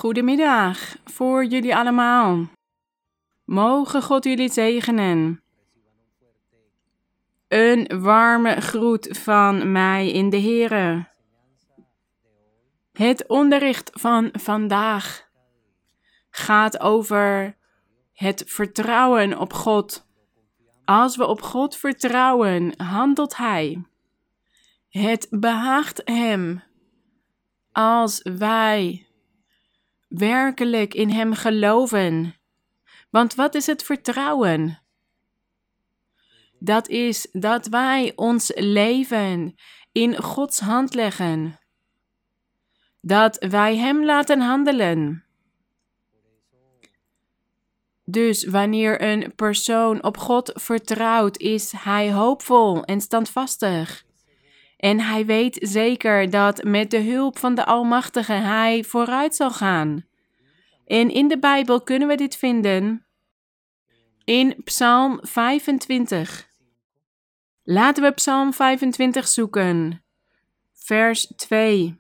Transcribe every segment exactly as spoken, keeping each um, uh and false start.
Goedemiddag voor jullie allemaal. Mogen God jullie zegenen. Een warme groet van mij in de Here. Het onderricht van vandaag gaat over het vertrouwen op God. Als we op God vertrouwen, handelt Hij. Het behaagt Hem als wij werkelijk in Hem geloven. Want wat is het vertrouwen? Dat is dat wij ons leven in Gods hand leggen. Dat wij Hem laten handelen. Dus wanneer een persoon op God vertrouwt, is hij hoopvol en standvastig. En hij weet zeker dat met de hulp van de Almachtige hij vooruit zal gaan. En in de Bijbel kunnen we dit vinden in Psalm vijfentwintig. Laten we Psalm vijfentwintig zoeken, vers twee.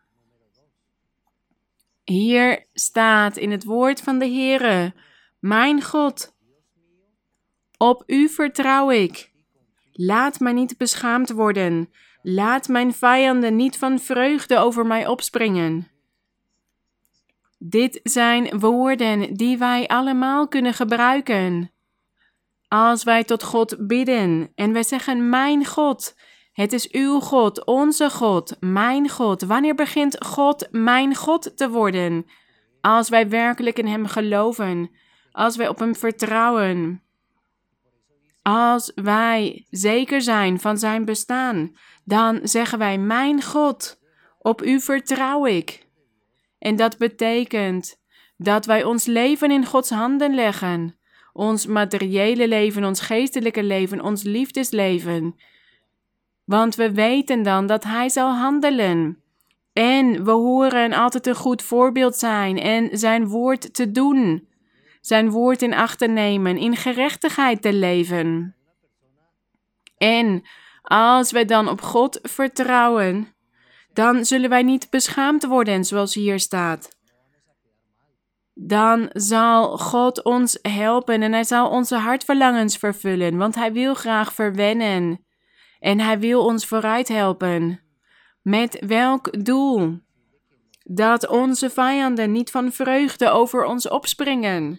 Hier staat in het woord van de Heere: Mijn God, op U vertrouw ik. Laat mij niet beschaamd worden. Laat mijn vijanden niet van vreugde over mij opspringen. Dit zijn woorden die wij allemaal kunnen gebruiken. Als wij tot God bidden en wij zeggen: Mijn God, het is uw God, onze God, mijn God. Wanneer begint God mijn God te worden? Als wij werkelijk in Hem geloven, als wij op Hem vertrouwen, als wij zeker zijn van Zijn bestaan, dan zeggen wij: Mijn God, op U vertrouw ik. En dat betekent dat wij ons leven in Gods handen leggen. Ons materiële leven, ons geestelijke leven, ons liefdesleven. Want we weten dan dat Hij zal handelen. En we horen altijd een goed voorbeeld zijn en Zijn woord te doen. Zijn woord in acht te nemen, in gerechtigheid te leven. En als wij dan op God vertrouwen, dan zullen wij niet beschaamd worden, zoals hier staat. Dan zal God ons helpen en Hij zal onze hartverlangens vervullen, want Hij wil graag verwennen. En Hij wil ons vooruit helpen. Met welk doel? Dat onze vijanden niet van vreugde over ons opspringen.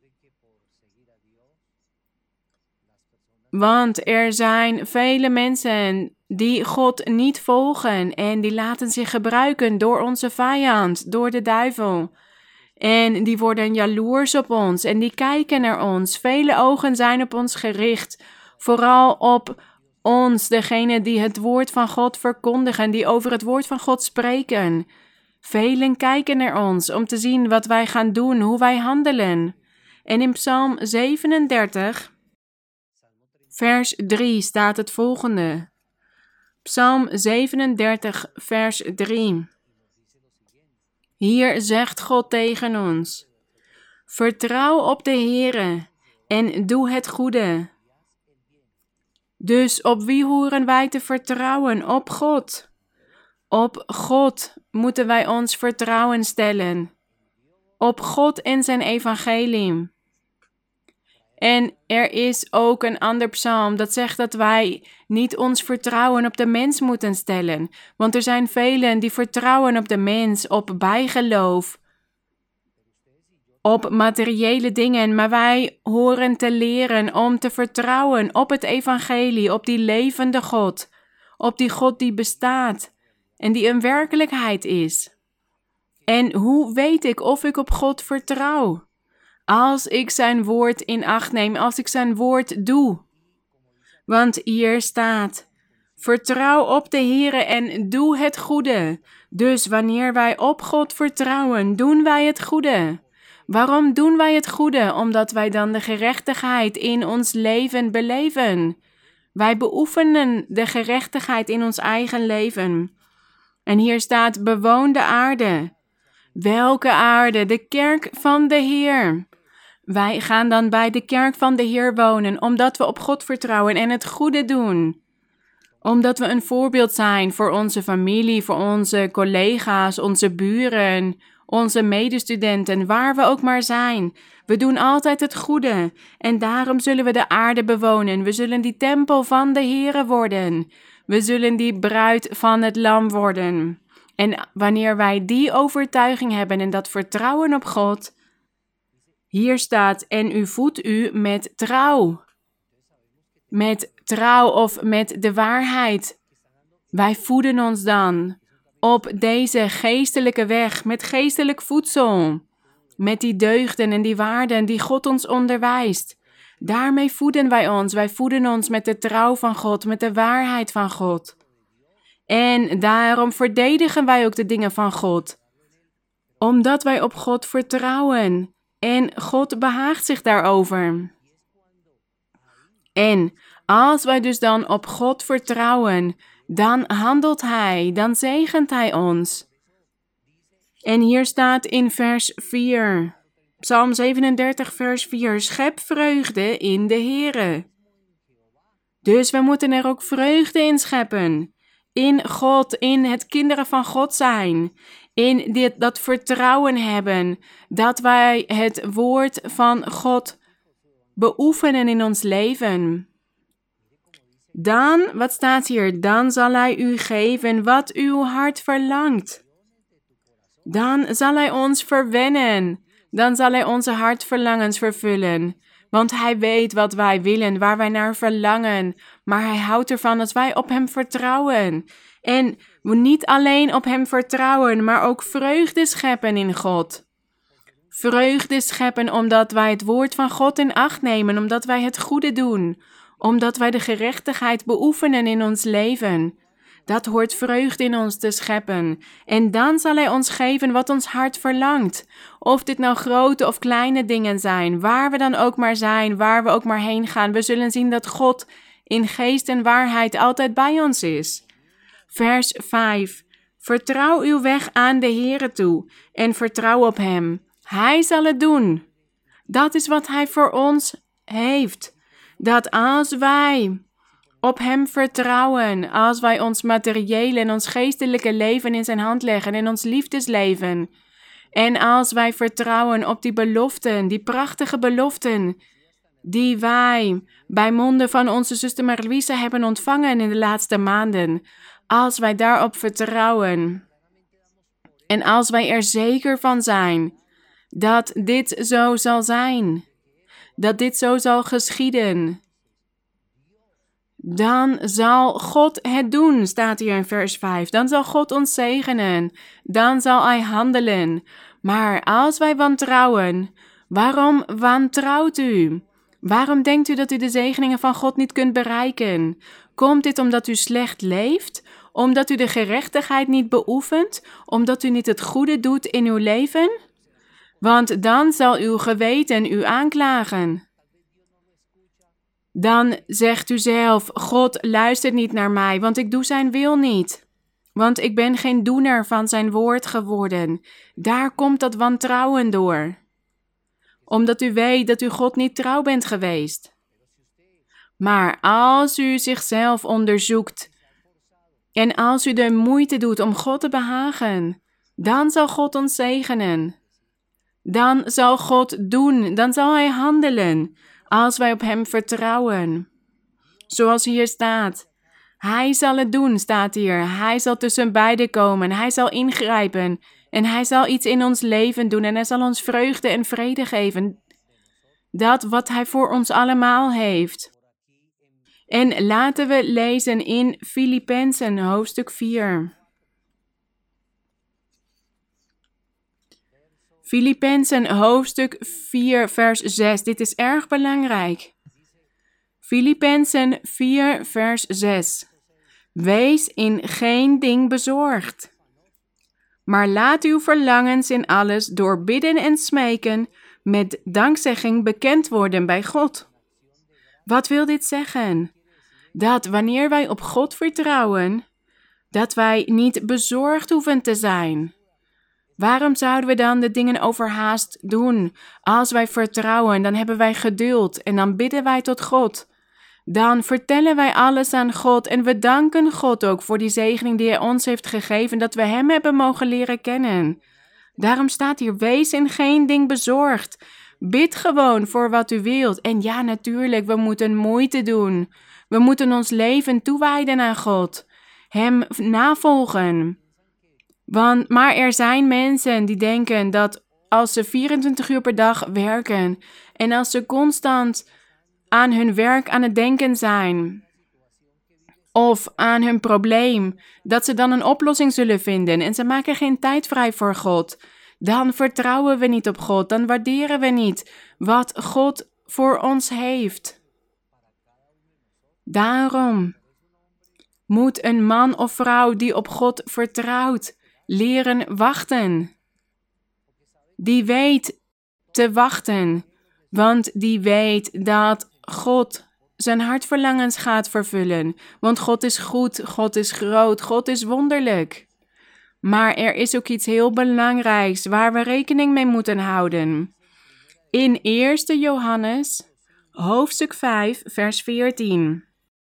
Want er zijn vele mensen die God niet volgen en die laten zich gebruiken door onze vijand, door de duivel. En die worden jaloers op ons en die kijken naar ons. Vele ogen zijn op ons gericht, vooral op ons, degene die het woord van God verkondigen, die over het woord van God spreken. Velen kijken naar ons om te zien wat wij gaan doen, hoe wij handelen. En in Psalm zevenendertig, vers drie staat het volgende. Psalm zevenendertig, vers drie. Hier zegt God tegen ons: Vertrouw op de Heere en doe het goede. Dus op wie horen wij te vertrouwen? Op God. Op God moeten wij ons vertrouwen stellen. Op God en zijn evangelie. En er is ook een ander psalm dat zegt dat wij niet ons vertrouwen op de mens moeten stellen. Want er zijn velen die vertrouwen op de mens, op bijgeloof, op materiële dingen. Maar wij horen te leren om te vertrouwen op het evangelie, op die levende God. Op die God die bestaat en die een werkelijkheid is. En hoe weet ik of ik op God vertrouw? Als ik zijn woord in acht neem, als ik zijn woord doe. Want hier staat: vertrouw op de Heere en doe het goede. Dus wanneer wij op God vertrouwen, doen wij het goede. Waarom doen wij het goede? Omdat wij dan de gerechtigheid in ons leven beleven. Wij beoefenen de gerechtigheid in ons eigen leven. En hier staat: bewoon de aarde. Welke aarde? De kerk van de Heer. Wij gaan dan bij de kerk van de Heer wonen, omdat we op God vertrouwen en het goede doen. Omdat we een voorbeeld zijn voor onze familie, voor onze collega's, onze buren, onze medestudenten, waar we ook maar zijn. We doen altijd het goede en daarom zullen we de aarde bewonen. We zullen die tempel van de Heere worden. We zullen die bruid van het lam worden. En wanneer wij die overtuiging hebben en dat vertrouwen op God, hier staat, en u voedt u met trouw. Met trouw of met de waarheid. Wij voeden ons dan op deze geestelijke weg, met geestelijk voedsel. Met die deugden en die waarden die God ons onderwijst. Daarmee voeden wij ons. Wij voeden ons met de trouw van God, met de waarheid van God. En daarom verdedigen wij ook de dingen van God. Omdat wij op God vertrouwen. En God behaagt zich daarover. En als wij dus dan op God vertrouwen, dan handelt Hij, dan zegent Hij ons. En hier staat in vers vier, Psalm zevenendertig vers vier, schep vreugde in de Heere. Dus we moeten er ook vreugde in scheppen. In God, in het kinderen van God zijn. In dit, dat vertrouwen hebben dat wij het woord van God beoefenen in ons leven. Dan, wat staat hier? Dan zal Hij u geven wat uw hart verlangt. Dan zal Hij ons verwennen. Dan zal Hij onze hartverlangens vervullen. Want Hij weet wat wij willen, waar wij naar verlangen. Maar Hij houdt ervan als wij op Hem vertrouwen. En we niet alleen op Hem vertrouwen, maar ook vreugde scheppen in God. Vreugde scheppen omdat wij het woord van God in acht nemen, omdat wij het goede doen. Omdat wij de gerechtigheid beoefenen in ons leven. Dat hoort vreugde in ons te scheppen. En dan zal Hij ons geven wat ons hart verlangt. Of dit nou grote of kleine dingen zijn, waar we dan ook maar zijn, waar we ook maar heen gaan. We zullen zien dat God in geest en waarheid altijd bij ons is. Vers vijf. Vertrouw uw weg aan de Heere toe en vertrouw op Hem. Hij zal het doen. Dat is wat Hij voor ons heeft. Dat als wij op Hem vertrouwen, als wij ons materiële en ons geestelijke leven in zijn hand leggen en ons liefdesleven, en als wij vertrouwen op die beloften, die prachtige beloften, die wij bij monden van onze zuster Marie-Louise hebben ontvangen in de laatste maanden, als wij daarop vertrouwen en als wij er zeker van zijn dat dit zo zal zijn, dat dit zo zal geschieden, dan zal God het doen, staat hier in vers vijf. Dan zal God ons zegenen. Dan zal Hij handelen. Maar als wij wantrouwen, waarom wantrouwt u? Waarom denkt u dat u de zegeningen van God niet kunt bereiken? Komt dit omdat u slecht leeft? Omdat u de gerechtigheid niet beoefent? Omdat u niet het goede doet in uw leven? Want dan zal uw geweten u aanklagen. Dan zegt u zelf, God luistert niet naar mij, want ik doe zijn wil niet. Want ik ben geen doener van zijn woord geworden. Daar komt dat wantrouwen door. Omdat u weet dat u God niet trouw bent geweest. Maar als u zichzelf onderzoekt en als u de moeite doet om God te behagen, dan zal God ons zegenen. Dan zal God doen, dan zal Hij handelen. Als wij op Hem vertrouwen. Zoals hier staat. Hij zal het doen, staat hier. Hij zal tussen beiden komen. Hij zal ingrijpen. En Hij zal iets in ons leven doen. En Hij zal ons vreugde en vrede geven. Dat wat Hij voor ons allemaal heeft. En laten we lezen in Filippenzen hoofdstuk vier. Filippenzen hoofdstuk vier vers zes. Dit is erg belangrijk. Filippenzen vier vers zes. Wees in geen ding bezorgd. Maar laat uw verlangens in alles door bidden en smeken met dankzegging bekend worden bij God. Wat wil dit zeggen? Dat wanneer wij op God vertrouwen, dat wij niet bezorgd hoeven te zijn. Waarom zouden we dan de dingen overhaast doen? Als wij vertrouwen, dan hebben wij geduld en dan bidden wij tot God. Dan vertellen wij alles aan God en we danken God ook voor die zegening die Hij ons heeft gegeven, dat we Hem hebben mogen leren kennen. Daarom staat hier, wees in geen ding bezorgd. Bid gewoon voor wat u wilt. En ja, natuurlijk, we moeten moeite doen. We moeten ons leven toewijden aan God. Hem navolgen. Want, maar er zijn mensen die denken dat als ze vierentwintig uur per dag werken en als ze constant aan hun werk aan het denken zijn of aan hun probleem, dat ze dan een oplossing zullen vinden en ze maken geen tijd vrij voor God, dan vertrouwen we niet op God, dan waarderen we niet wat God voor ons heeft. Daarom moet een man of vrouw die op God vertrouwt leren wachten. Die weet te wachten, want die weet dat God zijn hartverlangens gaat vervullen. Want God is goed, God is groot, God is wonderlijk. Maar er is ook iets heel belangrijks waar we rekening mee moeten houden. In eerste Johannes, hoofdstuk vijf, vers veertien.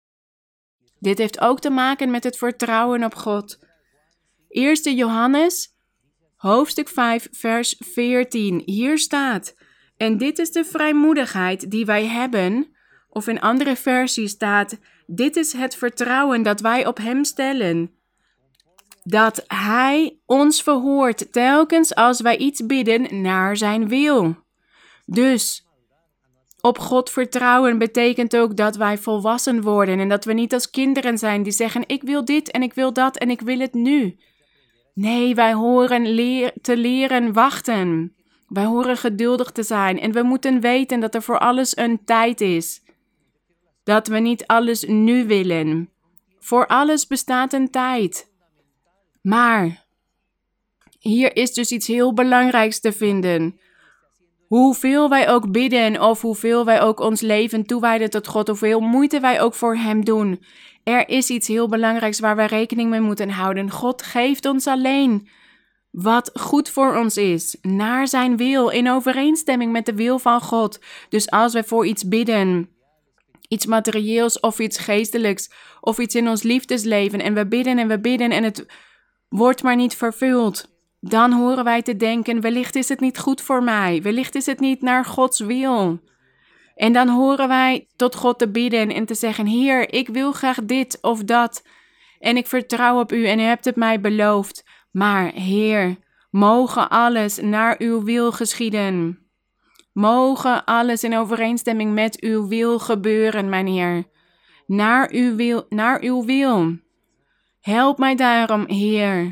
Dit heeft ook te maken met het vertrouwen op God. eerste Johannes, hoofdstuk vijf, vers veertien. Hier staat, en dit is de vrijmoedigheid die wij hebben, of in andere versies staat, dit is het vertrouwen dat wij op Hem stellen. Dat Hij ons verhoort telkens als wij iets bidden naar Zijn wil. Dus op God vertrouwen betekent ook dat wij volwassen worden en dat we niet als kinderen zijn die zeggen, ik wil dit en ik wil dat en ik wil het nu. Nee, wij horen leer, te leren wachten. Wij horen geduldig te zijn en we moeten weten dat er voor alles een tijd is. Dat we niet alles nu willen. Voor alles bestaat een tijd. Maar hier is dus iets heel belangrijks te vinden. Hoeveel wij ook bidden of hoeveel wij ook ons leven toewijden tot God, hoeveel moeite wij ook voor Hem doen. Er is iets heel belangrijks waar wij rekening mee moeten houden. God geeft ons alleen wat goed voor ons is, naar Zijn wil, in overeenstemming met de wil van God. Dus als wij voor iets bidden, iets materieels of iets geestelijks, of iets in ons liefdesleven, en we bidden en we bidden en het wordt maar niet vervuld, dan horen wij te denken, wellicht is het niet goed voor mij, wellicht is het niet naar Gods wil. En dan horen wij tot God te bidden en te zeggen, Heer, ik wil graag dit of dat, en ik vertrouw op U en U hebt het mij beloofd. Maar Heer, mogen alles naar Uw wil geschieden. Mogen alles in overeenstemming met Uw wil gebeuren, mijn Heer. Naar Uw wil, naar Uw wil. Help mij daarom, Heer,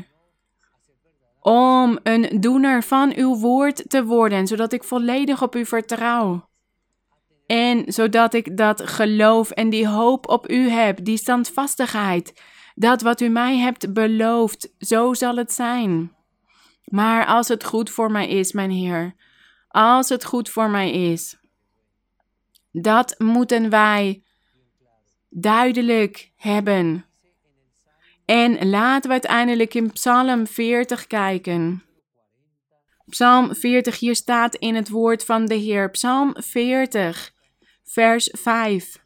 om een doener van Uw woord te worden, zodat ik volledig op U vertrouw. En zodat ik dat geloof en die hoop op U heb, die standvastigheid, dat wat U mij hebt beloofd, zo zal het zijn. Maar als het goed voor mij is, mijn Heer, als het goed voor mij is, dat moeten wij duidelijk hebben. En laten we uiteindelijk in Psalm veertig kijken. Psalm veertig, hier staat in het woord van de Heer. Psalm veertig, vers vijf.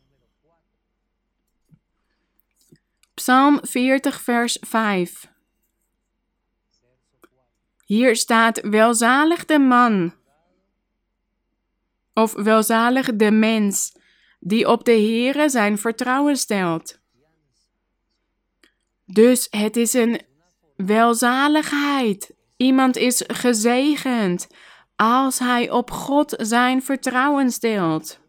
Psalm veertig, vers vijf. Hier staat, welzalig de man, of welzalig de mens, die op de Heere zijn vertrouwen stelt. Dus het is een welzaligheid. Iemand is gezegend als hij op God zijn vertrouwen stelt.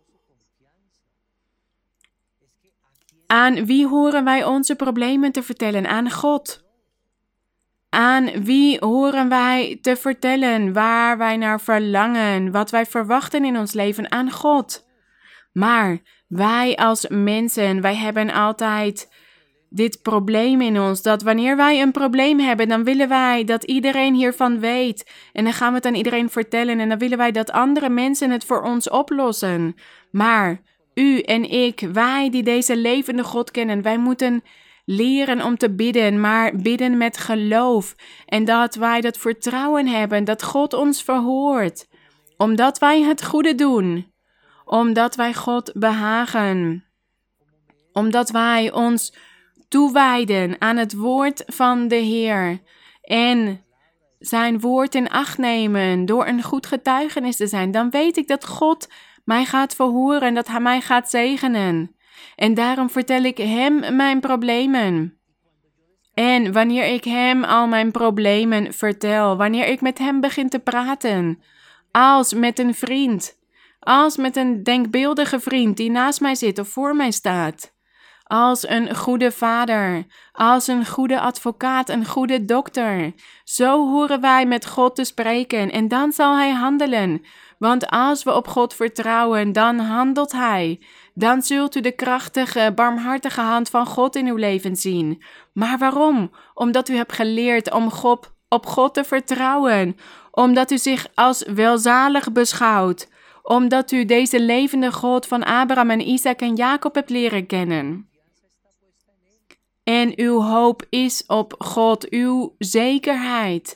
Aan wie horen wij onze problemen te vertellen? Aan God. Aan wie horen wij te vertellen waar wij naar verlangen, wat wij verwachten in ons leven? Aan God. Maar wij als mensen, wij hebben altijd dit probleem in ons, dat wanneer wij een probleem hebben, dan willen wij dat iedereen hiervan weet. En dan gaan we het aan iedereen vertellen en dan willen wij dat andere mensen het voor ons oplossen. Maar u en ik, wij die deze levende God kennen, wij moeten leren om te bidden, maar bidden met geloof. En dat wij dat vertrouwen hebben, dat God ons verhoort. Omdat wij het goede doen. Omdat wij God behagen. Omdat wij ons toewijden aan het woord van de Heer. En zijn woord in acht nemen door een goed getuigenis te zijn, dan weet ik dat God mij gaat verhoren en dat Hij mij gaat zegenen. En daarom vertel ik Hem mijn problemen. En wanneer ik Hem al mijn problemen vertel, wanneer ik met Hem begin te praten, als met een vriend, als met een denkbeeldige vriend die naast mij zit of voor mij staat, als een goede vader, als een goede advocaat, een goede dokter. Zo horen wij met God te spreken en dan zal Hij handelen. Want als we op God vertrouwen, dan handelt Hij. Dan zult u de krachtige, barmhartige hand van God in uw leven zien. Maar waarom? Omdat u hebt geleerd om God, op God te vertrouwen. Omdat u zich als welzalig beschouwt. Omdat u deze levende God van Abraham en Isaac en Jacob hebt leren kennen. En uw hoop is op God, uw zekerheid.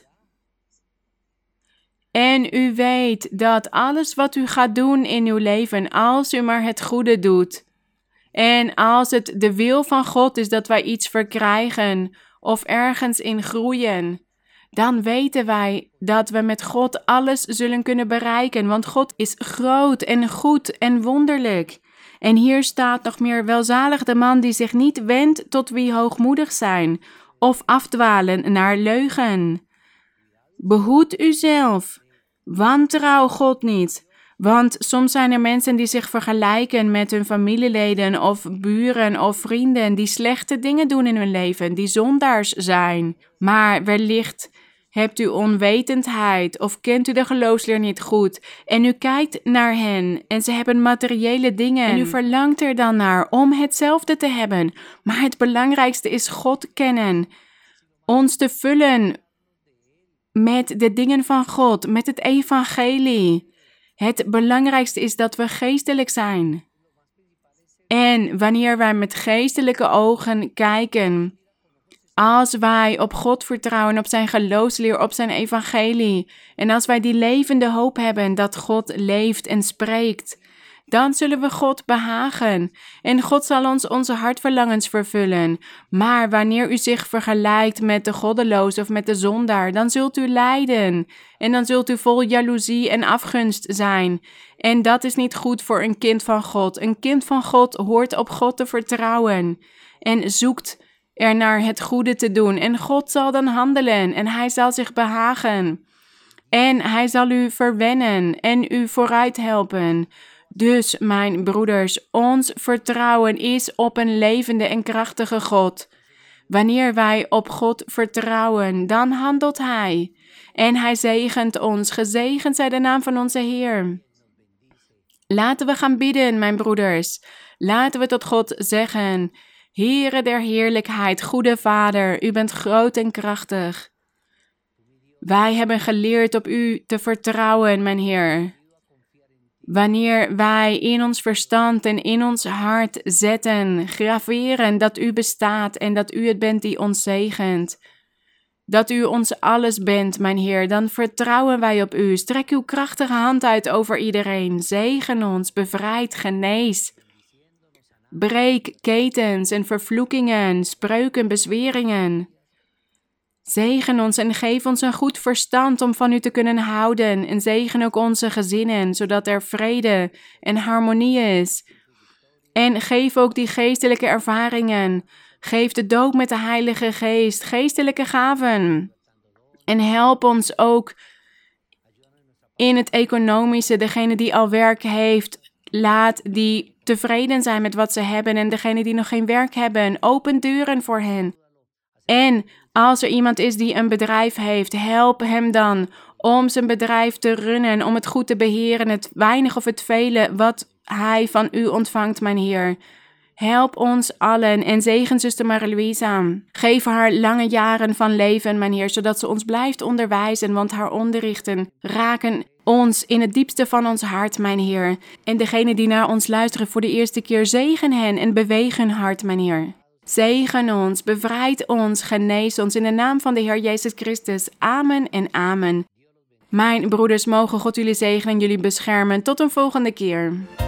En u weet dat alles wat u gaat doen in uw leven, als u maar het goede doet, en als het de wil van God is dat wij iets verkrijgen of ergens in groeien, dan weten wij dat we met God alles zullen kunnen bereiken, want God is groot en goed en wonderlijk. En hier staat nog meer: welzalig de man die zich niet wendt tot wie hoogmoedig zijn of afdwalen naar leugen. Behoed uzelf, wantrouw God niet, want soms zijn er mensen die zich vergelijken met hun familieleden of buren of vrienden die slechte dingen doen in hun leven, die zondaars zijn. Maar wellicht hebt u onwetendheid of kent u de geloofsleer niet goed en u kijkt naar hen en ze hebben materiële dingen en u verlangt er dan naar om hetzelfde te hebben. Maar het belangrijkste is God kennen, ons te vullen met de dingen van God, met het evangelie. Het belangrijkste is dat we geestelijk zijn. En wanneer wij met geestelijke ogen kijken, als wij op God vertrouwen, op zijn geloofsleer, op zijn evangelie, en als wij die levende hoop hebben dat God leeft en spreekt, dan zullen we God behagen en God zal ons onze hartverlangens vervullen. Maar wanneer u zich vergelijkt met de goddeloos of met de zondaar, dan zult u lijden en dan zult u vol jaloezie en afgunst zijn. En dat is niet goed voor een kind van God. Een kind van God hoort op God te vertrouwen en zoekt er naar het goede te doen. En God zal dan handelen en Hij zal zich behagen. En Hij zal u verwennen en u vooruit helpen. Dus, mijn broeders, ons vertrouwen is op een levende en krachtige God. Wanneer wij op God vertrouwen, dan handelt Hij. En Hij zegent ons. Gezegend zij de naam van onze Heer. Laten we gaan bidden, mijn broeders. Laten we tot God zeggen: Heere der heerlijkheid, goede Vader, U bent groot en krachtig. Wij hebben geleerd op U te vertrouwen, mijn Heer. Wanneer wij in ons verstand en in ons hart zetten, graveren dat U bestaat en dat U het bent die ons zegent, dat U ons alles bent, mijn Heer, dan vertrouwen wij op U. Strek Uw krachtige hand uit over iedereen. Zegen ons, bevrijd, genees. Breek ketens en vervloekingen, spreuken, bezweringen. Zegen ons en geef ons een goed verstand om van U te kunnen houden. En zegen ook onze gezinnen, zodat er vrede en harmonie is. En geef ook die geestelijke ervaringen. Geef de doop met de Heilige Geest, geestelijke gaven. En help ons ook in het economische. Degene die al werk heeft, laat die tevreden zijn met wat ze hebben. En degene die nog geen werk hebben, open deuren voor hen. En als er iemand is die een bedrijf heeft, help hem dan om zijn bedrijf te runnen, om het goed te beheren, het weinig of het vele wat hij van U ontvangt, mijn Heer. Help ons allen en zegen zuster Marie-Louisa. Geef haar lange jaren van leven, mijn Heer, zodat ze ons blijft onderwijzen, want haar onderrichten raken ons in het diepste van ons hart, mijn Heer. En degene die naar ons luisteren voor de eerste keer, zegen hen en beweeg hun hart, mijn Heer. Zegen ons, bevrijd ons, genees ons in de naam van de Heer Jezus Christus. Amen en amen. Mijn broeders, mogen God jullie zegenen en jullie beschermen. Tot een volgende keer.